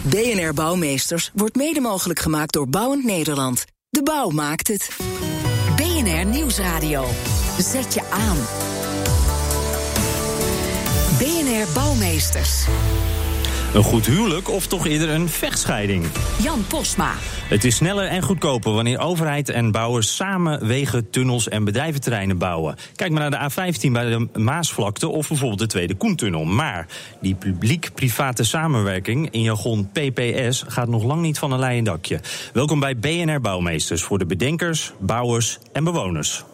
BNR Bouwmeesters wordt mede mogelijk gemaakt door Bouwend Nederland. De bouw maakt het. BNR Nieuwsradio. Zet je aan. BNR Bouwmeesters. Een goed huwelijk of toch eerder een vechtscheiding? Jan Posma. Het is sneller en goedkoper wanneer overheid en bouwers samen wegen, tunnels en bedrijventerreinen bouwen. Kijk maar naar de A15 bij de Maasvlakte of bijvoorbeeld de Tweede Koentunnel. Maar die publiek-private samenwerking, in jargon PPS, gaat nog lang niet van een leien dakje. Welkom bij BNR Bouwmeesters voor de bedenkers, bouwers en bewoners.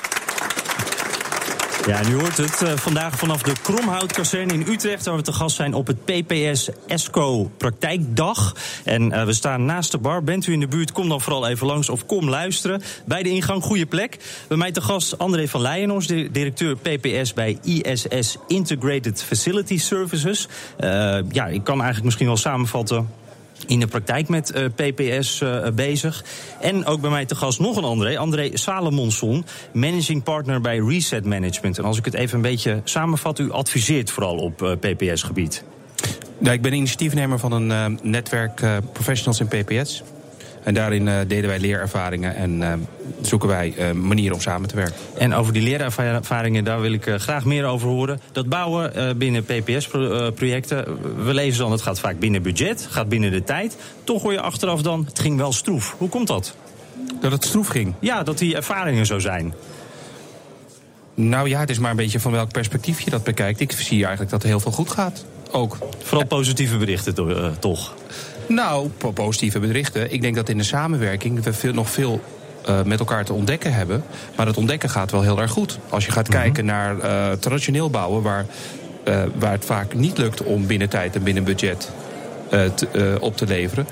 Ja, en u hoort het vandaag vanaf de Kromhoutkazerne in Utrecht, waar we te gast zijn op het PPS ESCO Praktijkdag. En we staan naast de bar. Bent u in de buurt, kom dan vooral even langs of kom luisteren. Bij de ingang, goede plek. Bij mij te gast André van Leijenhorst, directeur PPS bij ISS Integrated Facility Services. Ja, ik kan eigenlijk misschien wel samenvatten, in de praktijk met PPS bezig. En ook bij mij te gast nog een André Salomonson, managing partner bij Reset Management. En als ik het even een beetje samenvat, u adviseert vooral op PPS-gebied. Ja, ik ben initiatiefnemer van een netwerk professionals in PPS. En daarin delen wij leerervaringen en zoeken wij manieren om samen te werken. En over die leerervaringen, daar wil ik graag meer over horen. Dat bouwen binnen PPS-projecten, we lezen dan, het gaat vaak binnen budget, gaat binnen de tijd. Toch hoor je achteraf dan, het ging wel stroef. Hoe komt dat? Dat het stroef ging? Ja, dat die ervaringen zo zijn. Nou ja, het is maar een beetje van welk perspectief je dat bekijkt. Ik zie eigenlijk dat er heel veel goed gaat. Ook. Vooral positieve berichten toch? Nou, positieve berichten. Ik denk dat in de samenwerking we nog veel met elkaar te ontdekken hebben. Maar het ontdekken gaat wel heel erg goed. Als je gaat kijken naar traditioneel bouwen, waar het vaak niet lukt om binnen tijd en binnen budget op te leveren.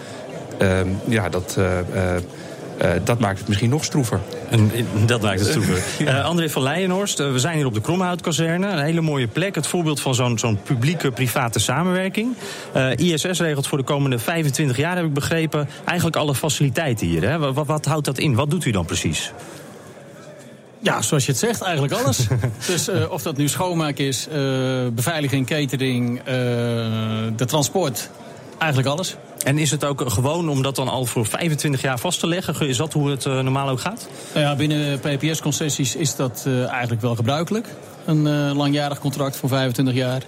Dat maakt het misschien nog stroever. Dat maakt het stroever. André van Leijenhorst, we zijn hier op de Kromhoutkazerne. Een hele mooie plek. Het voorbeeld van zo'n publieke-private samenwerking. ISS regelt voor de komende 25 jaar, heb ik begrepen, eigenlijk alle faciliteiten hier. Hè? Wat houdt dat in? Wat doet u dan precies? Ja, zoals je het zegt, eigenlijk alles. Dus of dat nu schoonmaak is, beveiliging, catering, de transport, eigenlijk alles. En is het ook gewoon om dat dan al voor 25 jaar vast te leggen? Is dat hoe het normaal ook gaat? Nou ja, binnen PPS-concessies is dat eigenlijk wel gebruikelijk. Een langjarig contract voor 25 jaar.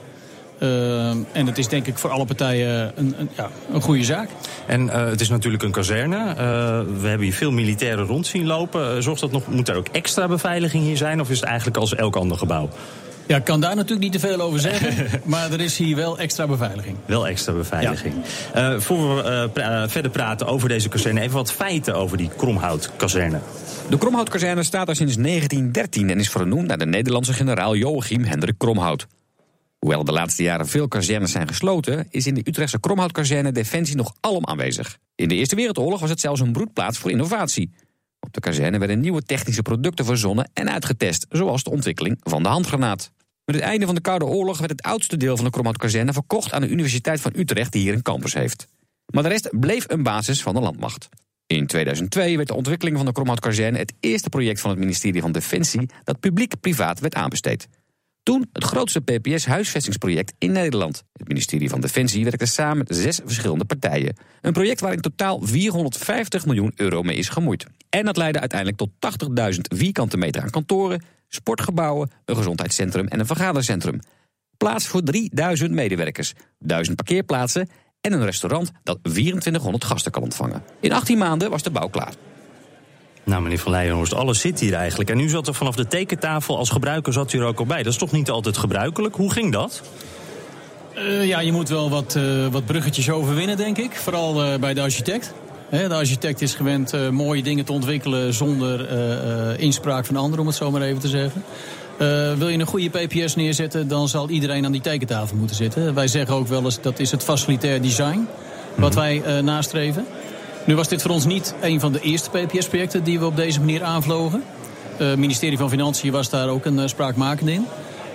En het is denk ik voor alle partijen een goede zaak. En het is natuurlijk een kazerne. We hebben hier veel militairen rond zien lopen. Moet er ook extra beveiliging hier zijn? Of is het eigenlijk als elk ander gebouw? Ja, ik kan daar natuurlijk niet te veel over zeggen. Maar er is hier wel extra beveiliging. Wel extra beveiliging. Ja. Voor we verder praten over deze kazerne, even wat feiten over die Kromhoutkazerne. De Kromhoutkazerne staat er sinds 1913 en is vernoemd naar de Nederlandse generaal Joachim Hendrik Kromhout. Hoewel de laatste jaren veel kazernes zijn gesloten, is in de Utrechtse Kromhoutkazerne defensie nog alom aanwezig. In de Eerste Wereldoorlog was het zelfs een broedplaats voor innovatie. Op de kazerne werden nieuwe technische producten verzonnen en uitgetest, zoals de ontwikkeling van de handgranaat. Met het einde van de Koude Oorlog werd het oudste deel van de Kromhoutkazerne verkocht aan de Universiteit van Utrecht, die hier een campus heeft. Maar de rest bleef een basis van de landmacht. In 2002 werd de ontwikkeling van de Kromhoutkazerne het eerste project van het ministerie van Defensie dat publiek-privaat werd aanbesteed. Toen het grootste PPS-huisvestingsproject in Nederland. Het ministerie van Defensie werkte samen met 6 verschillende partijen. Een project waar in totaal 450 miljoen euro mee is gemoeid. En dat leidde uiteindelijk tot 80.000 vierkante meter aan kantoren, sportgebouwen, een gezondheidscentrum en een vergadercentrum. Plaats voor 3000 medewerkers, 1000 parkeerplaatsen en een restaurant dat 2400 gasten kan ontvangen. In 18 maanden was de bouw klaar. Nou, meneer Van Leijenhorst, alles zit hier eigenlijk. En u zat er vanaf de tekentafel als gebruiker zat u er ook al bij. Dat is toch niet altijd gebruikelijk? Hoe ging dat? Ja, je moet wel wat bruggetjes overwinnen, denk ik. Vooral bij de architect. De architect is gewend mooie dingen te ontwikkelen zonder inspraak van anderen, om het zo maar even te zeggen. Wil je een goede PPS neerzetten, dan zal iedereen aan die tekentafel moeten zitten. Wij zeggen ook wel eens, dat is het facilitair design wat wij nastreven. Nu was dit voor ons niet een van de eerste PPS-projecten die we op deze manier aanvlogen. Het ministerie van Financiën was daar ook een spraakmakend in.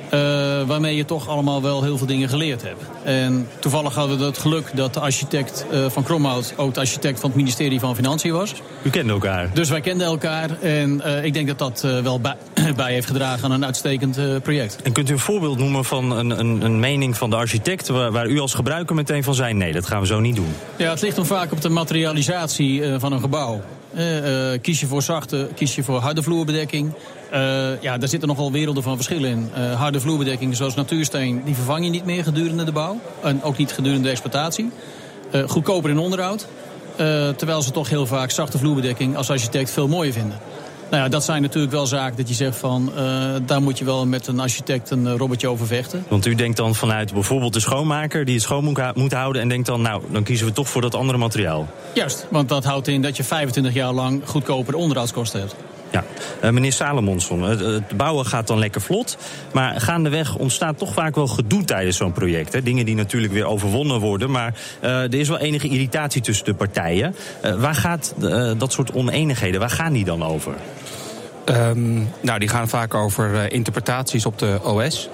Waarmee je toch allemaal wel heel veel dingen geleerd hebt. En toevallig hadden we het geluk dat de architect van Kromhout ook de architect van het ministerie van Financiën was. U kende elkaar? Dus wij kenden elkaar. En ik denk dat dat wel bij heeft gedragen aan een uitstekend project. En kunt u een voorbeeld noemen van een mening van de architect waar u als gebruiker meteen van zei, nee, dat gaan we zo niet doen? Ja, het ligt dan vaak op de materialisatie van een gebouw. Kies je voor zachte, kies je voor harde vloerbedekking. Daar zitten nogal werelden van verschillen in. Harde vloerbedekking zoals natuursteen, die vervang je niet meer gedurende de bouw. En ook niet gedurende de exploitatie. Goedkoper in onderhoud. Terwijl ze toch heel vaak zachte vloerbedekking als architect veel mooier vinden. Nou ja, dat zijn natuurlijk wel zaken dat je zegt van, daar moet je wel met een architect een robotje over vechten. Want u denkt dan vanuit bijvoorbeeld de schoonmaker die het schoon moet houden en denkt dan, nou, dan kiezen we toch voor dat andere materiaal. Juist, want dat houdt in dat je 25 jaar lang goedkopere onderhoudskosten hebt. Ja, meneer Salomonsson, het bouwen gaat dan lekker vlot, maar gaandeweg ontstaat toch vaak wel gedoe tijdens zo'n project. Hè? Dingen die natuurlijk weer overwonnen worden, maar er is wel enige irritatie tussen de partijen. Waar gaat dat soort oneenigheden, waar gaan die dan over? Die gaan vaak over interpretaties op de OS.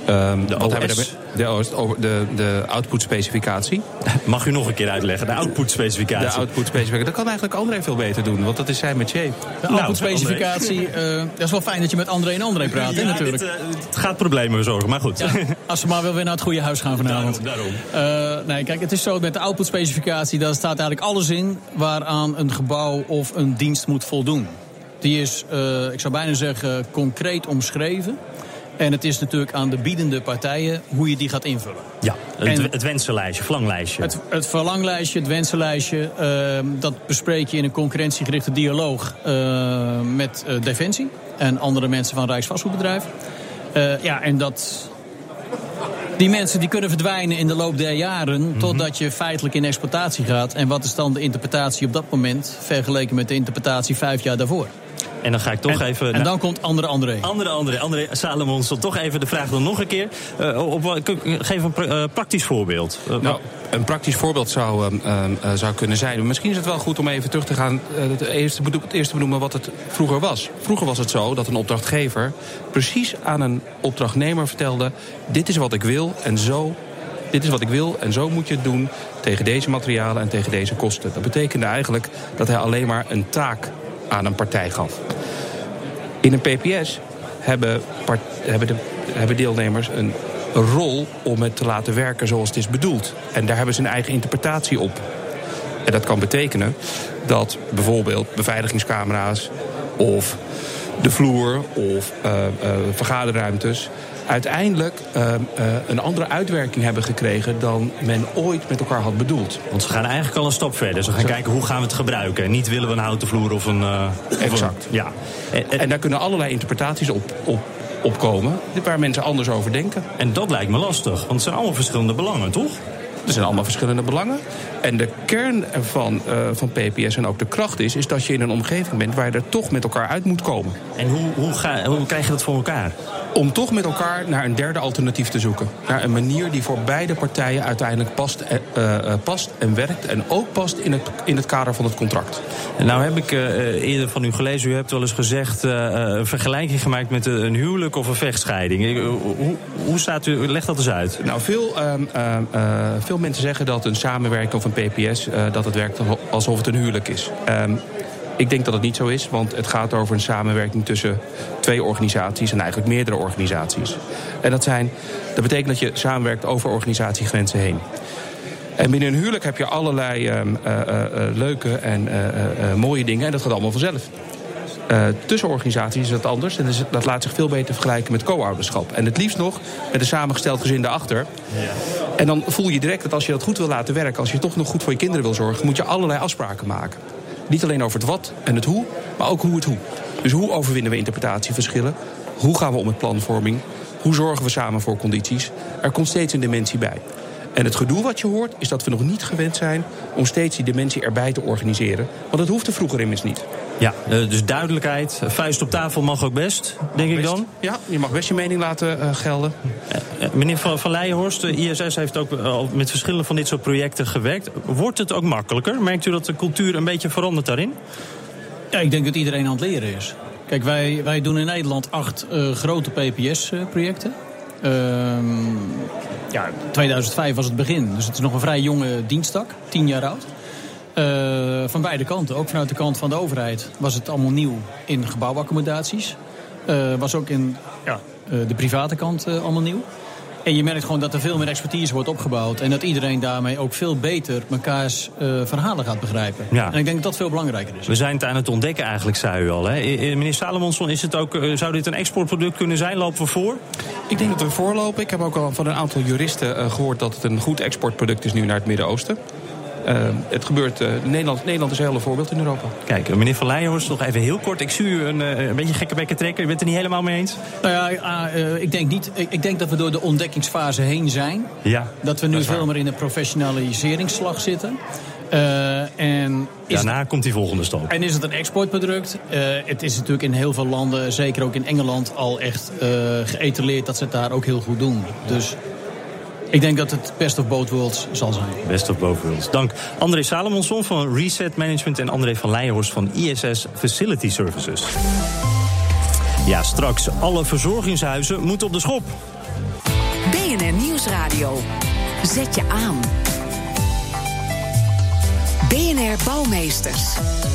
De output-specificatie. Mag u nog een keer uitleggen, de output-specificatie? De output-specificatie, dat kan eigenlijk André veel beter doen, want dat is zijn métier. De output-specificatie, dat is wel fijn dat je met André en André praat, hè, natuurlijk. Het gaat problemen bezorgen, maar goed. Ja, als ze maar wel weer naar het goede huis gaan vanavond. Daarom. Kijk, het is zo met de output-specificatie, daar staat eigenlijk alles in waaraan een gebouw of een dienst moet voldoen. Die is, ik zou bijna zeggen, concreet omschreven. En het is natuurlijk aan de biedende partijen hoe je die gaat invullen. Ja, het wensenlijstje, verlanglijstje. Het verlanglijstje, het wensenlijstje, dat bespreek je in een concurrentiegerichte dialoog met Defensie en andere mensen van Rijksvastgoedbedrijf. En die mensen die kunnen verdwijnen in de loop der jaren totdat je feitelijk in exploitatie gaat. En wat is dan de interpretatie op dat moment vergeleken met de interpretatie 5 jaar daarvoor? En dan ga ik toch even... En dan komt André Salomonsson, toch even de vraag dan nog een keer. Geef een praktisch voorbeeld. Een praktisch voorbeeld zou kunnen zijn. Misschien is het wel goed om even terug te gaan. Het eerste benoemen wat het vroeger was. Vroeger was het zo dat een opdrachtgever precies aan een opdrachtnemer vertelde: dit is wat ik wil en zo. Dit is wat ik wil en zo moet je het doen tegen deze materialen en tegen deze kosten. Dat betekende eigenlijk dat hij alleen maar een taak aan een partij gaf. In een PPS hebben deelnemers een rol om het te laten werken zoals het is bedoeld. En daar hebben ze een eigen interpretatie op. En dat kan betekenen dat bijvoorbeeld beveiligingscamera's of de vloer of vergaderruimtes uiteindelijk een andere uitwerking hebben gekregen dan men ooit met elkaar had bedoeld. Want ze gaan eigenlijk al een stap verder. Ze gaan kijken hoe gaan we het gebruiken. En niet willen we een houten vloer of een... Exact. Ja. En daar kunnen allerlei interpretaties op komen waar mensen anders over denken. En dat lijkt me lastig, want het zijn allemaal verschillende belangen, toch? Er zijn allemaal verschillende belangen. En de kern van PPS en ook de kracht is dat je in een omgeving bent waar je er toch met elkaar uit moet komen. En hoe krijg je dat voor elkaar? Om toch met elkaar naar een derde alternatief te zoeken. Naar een manier die voor beide partijen uiteindelijk past en werkt. En ook past in het kader van het contract. Nou heb ik eerder van u gelezen, u hebt wel eens gezegd een vergelijking gemaakt met een huwelijk of een vechtscheiding. Hoe staat u, leg dat eens uit. Nou, veel mensen zeggen dat een samenwerking of een PPS, dat het werkt alsof het een huwelijk is. Ik denk dat het niet zo is, want het gaat over een samenwerking tussen 2 organisaties en eigenlijk meerdere organisaties. En dat betekent dat je samenwerkt over organisatiegrenzen heen. En binnen een huwelijk heb je allerlei leuke en mooie dingen en dat gaat allemaal vanzelf. Tussen organisaties is dat anders en dat laat zich veel beter vergelijken met co-ouderschap. En het liefst nog met een samengesteld gezin daarachter. Ja. En dan voel je direct dat als je dat goed wil laten werken, als je toch nog goed voor je kinderen wil zorgen, moet je allerlei afspraken maken. Niet alleen over het wat en het hoe, maar ook hoe het hoe. Dus hoe overwinnen we interpretatieverschillen? Hoe gaan we om met planvorming? Hoe zorgen we samen voor condities? Er komt steeds een dimensie bij. En het gedoe wat je hoort is dat we nog niet gewend zijn om steeds die dimensie erbij te organiseren. Want dat hoefde vroeger immers niet. Ja, dus duidelijkheid, vuist op tafel mag ook best, denk ik dan? Ja, je mag best je mening laten gelden. Meneer Van Leijenhorst, de ISS heeft ook al met verschillende van dit soort projecten gewerkt. Wordt het ook makkelijker? Merkt u dat de cultuur een beetje verandert daarin? Ja, ik denk dat iedereen aan het leren is. Kijk, wij doen in Nederland 8 grote PPS-projecten. 2005 was het begin. Dus het is nog een vrij jonge diensttak, 10 jaar oud. Van beide kanten, ook vanuit de kant van de overheid, was het allemaal nieuw in gebouwaccommodaties. Was ook in de private kant allemaal nieuw. En je merkt gewoon dat er veel meer expertise wordt opgebouwd. En dat iedereen daarmee ook veel beter mekaars verhalen gaat begrijpen. Ja. En ik denk dat dat veel belangrijker is. We zijn het aan het ontdekken eigenlijk, zei u al. Hè? Meneer Salomonsson, is het ook, zou dit een exportproduct kunnen zijn? Lopen we voor? Ik denk dat we voorlopen. Ik heb ook al van een aantal juristen gehoord dat het een goed exportproduct is nu naar het Midden-Oosten. Het gebeurt, Nederland is een hele voorbeeld in Europa. Kijk, meneer Van Leijenhorst, nog even heel kort. Ik zie u een beetje gekke bekken trekken. U bent het er niet helemaal mee eens? Nou ja, ik denk niet. Ik denk dat we door de ontdekkingsfase heen zijn. Ja, dat we nu veel meer in de professionaliseringsslag zitten. Daarna komt die volgende stap. En is het een exportproduct? Het is natuurlijk in heel veel landen, zeker ook in Engeland, al echt geëtaleerd dat ze het daar ook heel goed doen. Dus ik denk dat het best of both worlds zal zijn. Best of both worlds. Dank André Salomonsson van Reset Management en André van Leijenhorst van ISS Facility Services. Ja, straks alle verzorgingshuizen moeten op de schop. BNR Nieuwsradio. Zet je aan. BNR Bouwmeesters.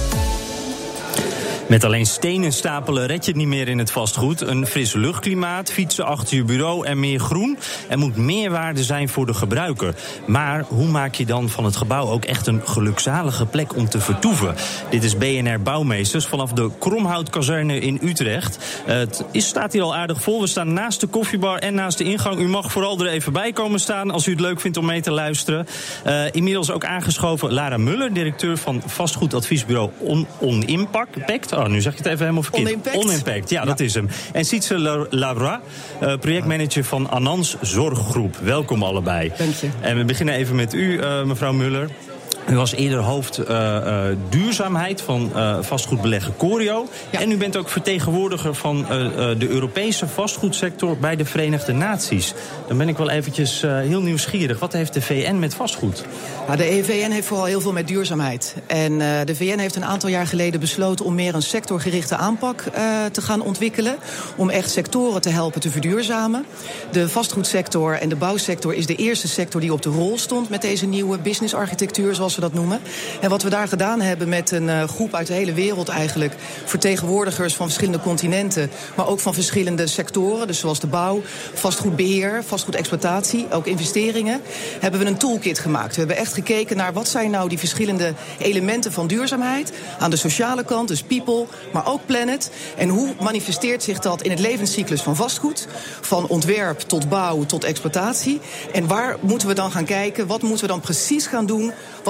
Met alleen stenen stapelen red je het niet meer in het vastgoed. Een fris luchtklimaat, fietsen achter je bureau en meer groen. Er moet meerwaarde zijn voor de gebruiker. Maar hoe maak je dan van het gebouw ook echt een gelukzalige plek om te vertoeven? Dit is BNR Bouwmeesters vanaf de Kromhoutkazerne in Utrecht. Het staat hier al aardig vol. We staan naast de koffiebar en naast de ingang. U mag vooral er even bij komen staan als u het leuk vindt om mee te luisteren. Inmiddels ook aangeschoven Lara Muller, directeur van vastgoedadviesbureau OnImpact. Oh, nu zeg ik het even helemaal verkeerd. OnImpact, ja, dat is hem. En Sietse Lavra, projectmanager van Anans Zorggroep. Welkom allebei. Dank je. En we beginnen even met u, mevrouw Muller. U was eerder hoofd duurzaamheid van vastgoedbelegger Corio. Ja. En u bent ook vertegenwoordiger van de Europese vastgoedsector bij de Verenigde Naties. Dan ben ik wel eventjes heel nieuwsgierig. Wat heeft de VN met vastgoed? Nou, de VN heeft vooral heel veel met duurzaamheid. En de VN heeft een aantal jaar geleden besloten om meer een sectorgerichte aanpak te gaan ontwikkelen. Om echt sectoren te helpen te verduurzamen. De vastgoedsector en de bouwsector is de eerste sector die op de rol stond met deze nieuwe businessarchitectuur, zoals we dat noemen. En wat we daar gedaan hebben met een groep uit de hele wereld eigenlijk, vertegenwoordigers van verschillende continenten, maar ook van verschillende sectoren, dus zoals de bouw, vastgoedbeheer, vastgoedexploitatie, ook investeringen, hebben we een toolkit gemaakt. We hebben echt gekeken naar wat zijn nou die verschillende elementen van duurzaamheid aan de sociale kant, dus people, maar ook planet. En hoe manifesteert zich dat in het levenscyclus van vastgoed, van ontwerp tot bouw tot exploitatie. En waar moeten we dan gaan kijken, wat moeten we dan precies gaan doen,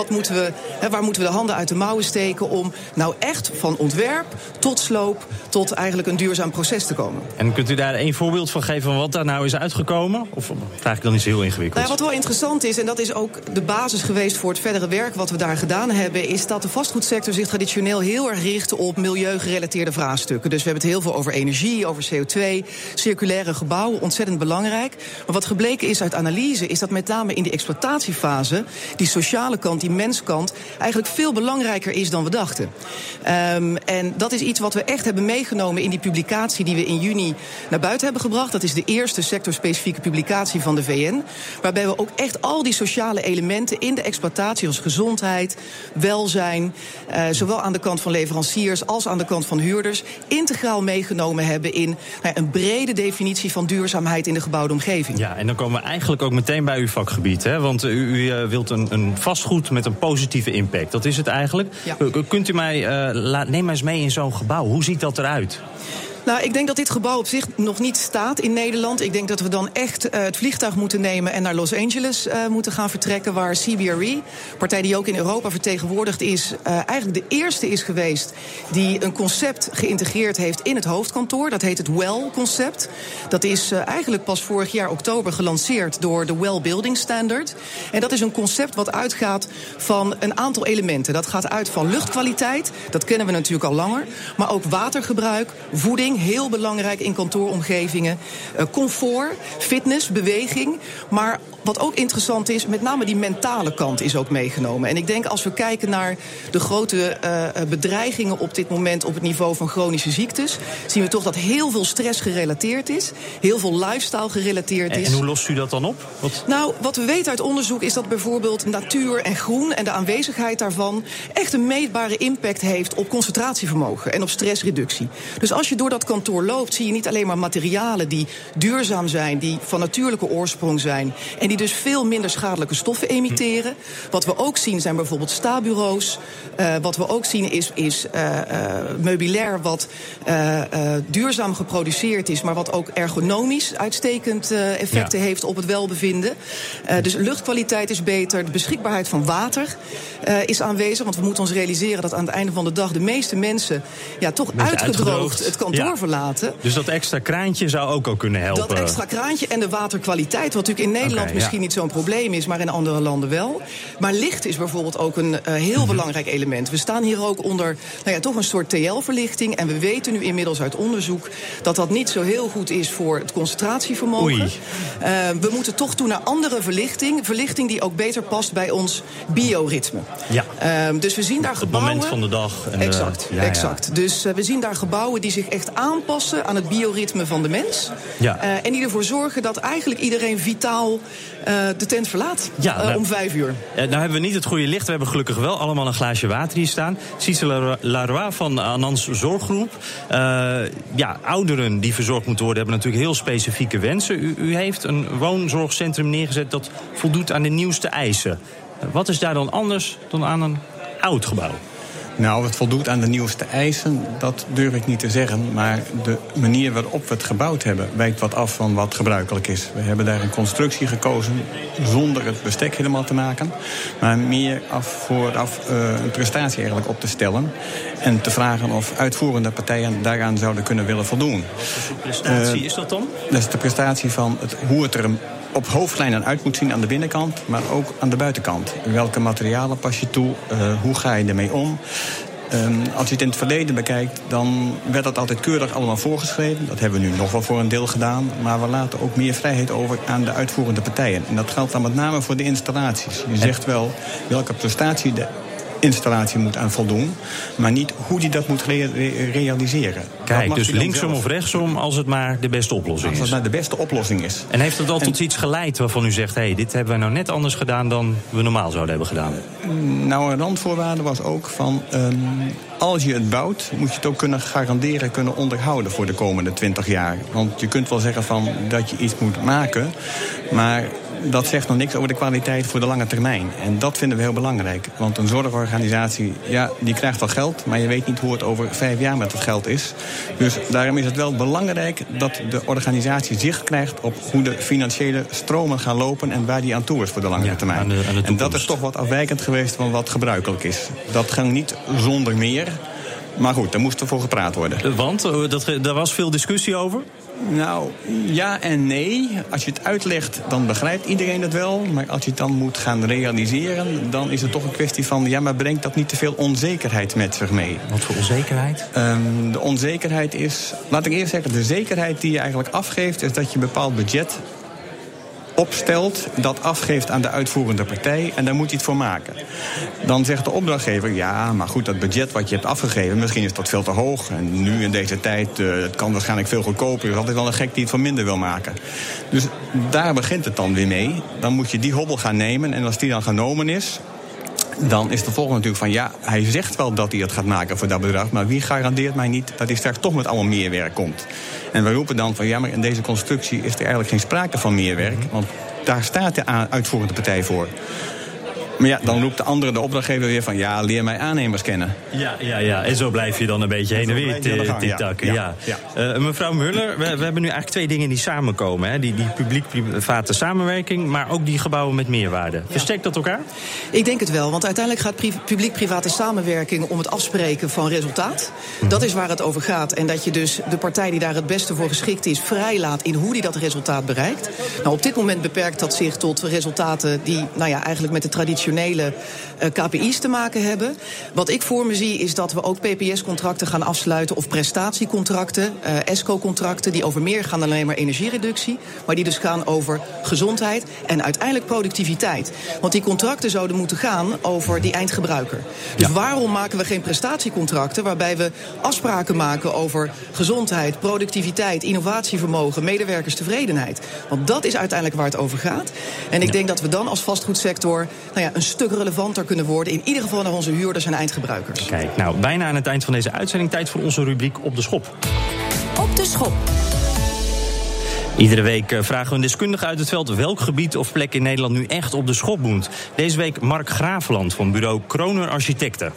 waar moeten we de handen uit de mouwen steken om nou echt van ontwerp tot sloop tot eigenlijk een duurzaam proces te komen. En kunt u daar één voorbeeld van geven van wat daar nou is uitgekomen? Of vraag ik dan niet zo heel ingewikkeld? Nou, wat wel interessant is, en dat is ook de basis geweest voor het verdere werk wat we daar gedaan hebben, is dat de vastgoedsector zich traditioneel heel erg richt op milieugerelateerde vraagstukken. Dus we hebben het heel veel over energie, over CO2, circulaire gebouwen, ontzettend belangrijk. Maar wat gebleken is uit analyse, is dat met name in die exploitatiefase die sociale kant, die menskant, eigenlijk veel belangrijker is dan we dachten. En dat is iets wat we echt hebben meegenomen in die publicatie die we in juni naar buiten hebben gebracht. Dat is de eerste sectorspecifieke publicatie van de VN. Waarbij we ook echt al die sociale elementen in de exploitatie, als gezondheid, welzijn, zowel aan de kant van leveranciers als aan de kant van huurders, integraal meegenomen hebben in een brede definitie van duurzaamheid in de gebouwde omgeving. Ja, en dan komen we eigenlijk ook meteen bij uw vakgebied. Hè? Want u wilt een vastgoed met een positieve impact. Dat is het eigenlijk. Ja. Kunt u mij, neem mij eens mee in zo'n gebouw. Hoe ziet dat eruit? Nou, ik denk dat dit gebouw op zich nog niet staat in Nederland. Ik denk dat we dan echt het vliegtuig moeten nemen en naar Los Angeles moeten gaan vertrekken, waar CBRE, partij die ook in Europa vertegenwoordigd is, eigenlijk de eerste is geweest die een concept geïntegreerd heeft in het hoofdkantoor. Dat heet het WELL-concept. Dat is eigenlijk pas vorig jaar oktober gelanceerd door de WELL Building Standard. En dat is een concept wat uitgaat van een aantal elementen. Dat gaat uit van luchtkwaliteit, dat kennen we natuurlijk al langer, maar ook watergebruik, voeding, verlichting, heel belangrijk in kantooromgevingen. Comfort, fitness, beweging. Maar wat ook interessant is, met name die mentale kant is ook meegenomen. En ik denk als we kijken naar de grote bedreigingen op dit moment op het niveau van chronische ziektes, zien we toch dat heel veel stress gerelateerd is, heel veel lifestyle gerelateerd is. En hoe lost u dat dan op? Nou, wat we weten uit onderzoek is dat bijvoorbeeld natuur en groen en de aanwezigheid daarvan echt een meetbare impact heeft op concentratievermogen en op stressreductie. Dus als je door dat kantoor loopt, zie je niet alleen maar materialen die duurzaam zijn, die van natuurlijke oorsprong zijn en die dus veel minder schadelijke stoffen emitteren. Wat we ook zien zijn bijvoorbeeld stabureaus. Wat we ook zien is meubilair wat duurzaam geproduceerd is, maar wat ook ergonomisch uitstekend effecten heeft op het welbevinden. Dus luchtkwaliteit is beter, de beschikbaarheid van water is aanwezig, want we moeten ons realiseren dat aan het einde van de dag de meeste mensen toch uitgedroogd het kantoor verlaten. Dus dat extra kraantje zou ook al kunnen helpen? Dat extra kraantje en de waterkwaliteit, wat natuurlijk in Nederland misschien niet zo'n probleem is, maar in andere landen wel. Maar licht is bijvoorbeeld ook een heel belangrijk element. We staan hier ook onder toch een soort TL-verlichting. En we weten nu inmiddels uit onderzoek dat dat niet zo heel goed is voor het concentratievermogen. We moeten toch toe naar andere verlichting. Verlichting die ook beter past bij ons bioritme. Ja. Dus we zien daar gebouwen. Het moment van de dag. En exact. Dus we zien daar gebouwen die zich echt aanpassen aan het bioritme van de mens. Ja. En die ervoor zorgen dat eigenlijk iedereen vitaal de tent verlaat om 5 uur. Nou hebben we niet het goede licht. We hebben gelukkig wel allemaal een glaasje water hier staan. Cicely Laroy van Anans Zorggroep. Ouderen die verzorgd moeten worden hebben natuurlijk heel specifieke wensen. U heeft een woonzorgcentrum neergezet dat voldoet aan de nieuwste eisen. Wat is daar dan anders dan aan een oud gebouw? Nou, het voldoet aan de nieuwste eisen, dat durf ik niet te zeggen. Maar de manier waarop we het gebouwd hebben wijkt wat af van wat gebruikelijk is. We hebben daar een constructie gekozen zonder het bestek helemaal te maken. Maar meer vooraf een prestatie eigenlijk op te stellen. En te vragen of uitvoerende partijen daaraan zouden kunnen willen voldoen. Wat voor prestatie is dat dan? Dat is de prestatie van hoe het er op hoofdlijnen uit moet zien aan de binnenkant, maar ook aan de buitenkant. Welke materialen pas je toe? Hoe ga je ermee om? Als je het in het verleden bekijkt, dan werd dat altijd keurig allemaal voorgeschreven. Dat hebben we nu nog wel voor een deel gedaan. Maar we laten ook meer vrijheid over aan de uitvoerende partijen. En dat geldt dan met name voor de installaties. Je zegt wel welke prestatie de installatie moet aan voldoen, maar niet hoe die dat moet realiseren. Kijk, dus linksom of rechtsom als het maar de beste oplossing is. Als het maar de beste oplossing is. En heeft het al tot iets geleid waarvan u zegt, dit hebben we nou net anders gedaan dan we normaal zouden hebben gedaan? Nou, een randvoorwaarde was ook van, als je het bouwt, moet je het ook kunnen garanderen, kunnen onderhouden voor de komende 20 jaar. Want je kunt wel zeggen van dat je iets moet maken, maar dat zegt nog niks over de kwaliteit voor de lange termijn. En dat vinden we heel belangrijk. Want een zorgorganisatie, die krijgt wel geld, maar je weet niet hoe het over 5 jaar met het geld is. Dus daarom is het wel belangrijk dat de organisatie zicht krijgt op hoe de financiële stromen gaan lopen en waar die aan toe is voor de langere termijn. Aan de en dat is toch wat afwijkend geweest van wat gebruikelijk is. Dat ging niet zonder meer. Maar goed, daar moest er voor gepraat worden. Want? Daar was veel discussie over? Nou, ja en nee. Als je het uitlegt, dan begrijpt iedereen het wel. Maar als je het dan moet gaan realiseren, dan is het toch een kwestie van, maar brengt dat niet te veel onzekerheid met zich mee? Wat voor onzekerheid? De onzekerheid is, laat ik eerst zeggen, de zekerheid die je eigenlijk afgeeft, is dat je een bepaald budget opstelt, dat afgeeft aan de uitvoerende partij en daar moet je het voor maken. Dan zegt de opdrachtgever, maar goed, dat budget wat je hebt afgegeven, misschien is dat veel te hoog. En nu in deze tijd, het kan waarschijnlijk veel goedkoper. Er is altijd wel een gek die het voor minder wil maken. Dus daar begint het dan weer mee. Dan moet je die hobbel gaan nemen en als die dan genomen is, dan is de volgende natuurlijk van, hij zegt wel dat hij het gaat maken voor dat bedrag, maar wie garandeert mij niet dat hij straks toch met allemaal meer werk komt? En we roepen dan van, maar in deze constructie is er eigenlijk geen sprake van meer werk, want daar staat de uitvoerende partij voor. Maar dan roept de andere, de opdrachtgever, weer van, leer mij aannemers kennen. Ja. En zo blijf je dan een beetje heen en weer tiktakken. Ja. Mevrouw Muller, we hebben nu eigenlijk 2 dingen die samenkomen. Hè? Die publiek-private samenwerking, maar ook die gebouwen met meerwaarde. Versterkt dat elkaar? Ik denk het wel, want uiteindelijk gaat publiek-private samenwerking om het afspreken van resultaat. Dat is waar het over gaat. En dat je dus de partij die daar het beste voor geschikt is, vrijlaat in hoe die dat resultaat bereikt. Nou, op dit moment beperkt dat zich tot resultaten die eigenlijk met de traditionele traditionele KPI's te maken hebben. Wat ik voor me zie is dat we ook PPS-contracten gaan afsluiten of prestatiecontracten, ESCO-contracten, die over meer gaan dan alleen maar energiereductie, maar die dus gaan over gezondheid en uiteindelijk productiviteit. Want die contracten zouden moeten gaan over die eindgebruiker. Dus waarom maken we geen prestatiecontracten waarbij we afspraken maken over gezondheid, productiviteit, innovatievermogen, medewerkerstevredenheid? Want dat is uiteindelijk waar het over gaat. En ik denk dat we dan als vastgoedsector een stuk relevanter kunnen worden, in ieder geval naar onze huurders en eindgebruikers. Kijk, nou, bijna aan het eind van deze uitzending tijd voor onze rubriek Op de Schop. Op de Schop. Iedere week vragen we een deskundige uit het veld welk gebied of plek in Nederland nu echt op de schop moet. Deze week Mark Graveland van bureau Kroner Architecten.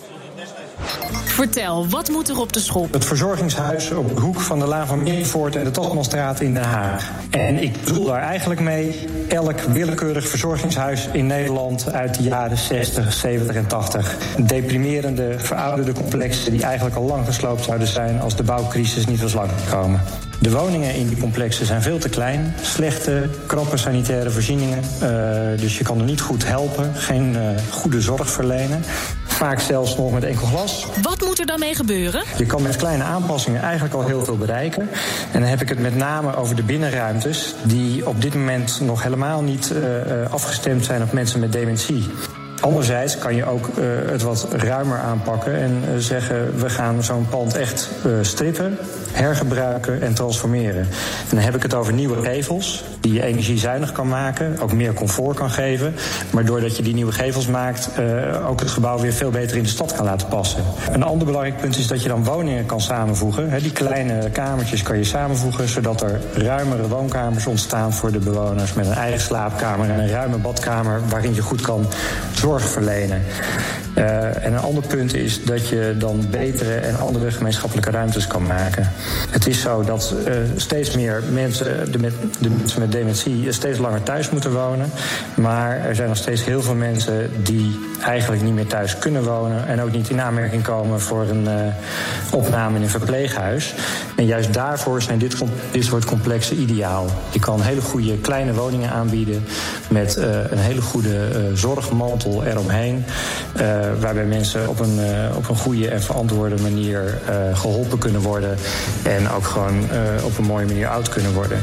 Vertel, wat moet er op de schop? Het verzorgingshuis op de hoek van de Laan van Meervoort en de Tasmanstraat in Den Haag. En ik bedoel daar eigenlijk mee elk willekeurig verzorgingshuis in Nederland uit de jaren 60, 70 en 80. Deprimerende, verouderde complexen die eigenlijk al lang gesloopt zouden zijn als de bouwcrisis niet was lang gekomen. De woningen in die complexen zijn veel te klein. Slechte, krappe sanitaire voorzieningen. Dus je kan er niet goed helpen. Geen goede zorg verlenen. Vaak zelfs nog met enkel glas. Wat moet er dan mee gebeuren? Je kan met kleine aanpassingen eigenlijk al heel veel bereiken. En dan heb ik het met name over de binnenruimtes, die op dit moment nog helemaal niet afgestemd zijn op mensen met dementie. Anderzijds kan je ook het wat ruimer aanpakken en zeggen, we gaan zo'n pand echt strippen, hergebruiken en transformeren. En dan heb ik het over nieuwe gevels die je energiezuinig kan maken, ook meer comfort kan geven, maar doordat je die nieuwe gevels maakt, ook het gebouw weer veel beter in de stad kan laten passen. Een ander belangrijk punt is dat je dan woningen kan samenvoegen. Die kleine kamertjes kan je samenvoegen, zodat er ruimere woonkamers ontstaan voor de bewoners met een eigen slaapkamer en een ruime badkamer waarin je goed kan zorg verlenen. En een ander punt is dat je dan betere en andere gemeenschappelijke ruimtes kan maken. Het is zo dat steeds meer mensen, de mensen met dementie, steeds langer thuis moeten wonen. Maar er zijn nog steeds heel veel mensen die eigenlijk niet meer thuis kunnen wonen en ook niet in aanmerking komen voor een opname in een verpleeghuis. En juist daarvoor zijn dit soort complexen ideaal. Je kan hele goede kleine woningen aanbieden met een hele goede zorgmantel eromheen. Waarbij mensen op een goede en verantwoorde manier geholpen kunnen worden. En ook gewoon op een mooie manier oud kunnen worden.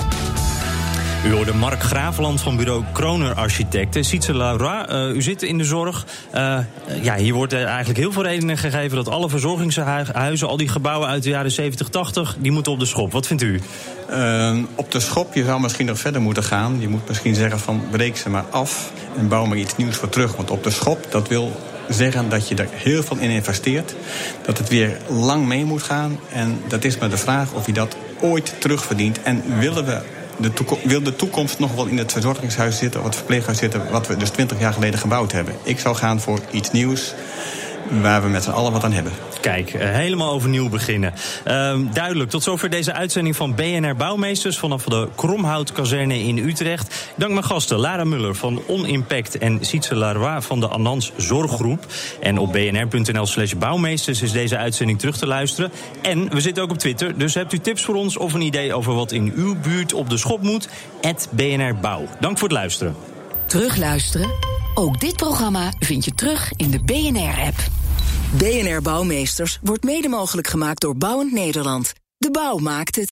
U hoorde Mark Graveland van bureau Kroner Architecten. Sietse Laroy, u zit in de zorg. Hier wordt eigenlijk heel veel redenen gegeven dat alle verzorgingshuizen, al die gebouwen uit de jaren 70, 80, die moeten op de schop. Wat vindt u? Op de schop, je zou misschien nog verder moeten gaan. Je moet misschien zeggen van breek ze maar af en bouw maar iets nieuws voor terug. Want op de schop, dat wil zeggen dat je er heel veel in investeert. Dat het weer lang mee moet gaan. En dat is maar de vraag of je dat ooit terugverdient. En wil de toekomst nog wel in het verzorgingshuis zitten of het verpleeghuis zitten wat we dus 20 jaar geleden gebouwd hebben? Ik zou gaan voor iets nieuws waar we met z'n allen wat aan hebben. Kijk, helemaal overnieuw beginnen. Duidelijk, tot zover deze uitzending van BNR Bouwmeesters vanaf de Kromhoutkazerne in Utrecht. Ik dank mijn gasten Lara Muller van On Impact en Sietse Laroy van de Anans Zorggroep. En op bnr.nl/bouwmeesters is deze uitzending terug te luisteren. En we zitten ook op Twitter, dus hebt u tips voor ons of een idee over wat in uw buurt op de schop moet? @BNR Bouw. Dank voor het luisteren. Terugluisteren? Ook dit programma vind je terug in de BNR-app. BNR Bouwmeesters wordt mede mogelijk gemaakt door Bouwend Nederland. De bouw maakt het.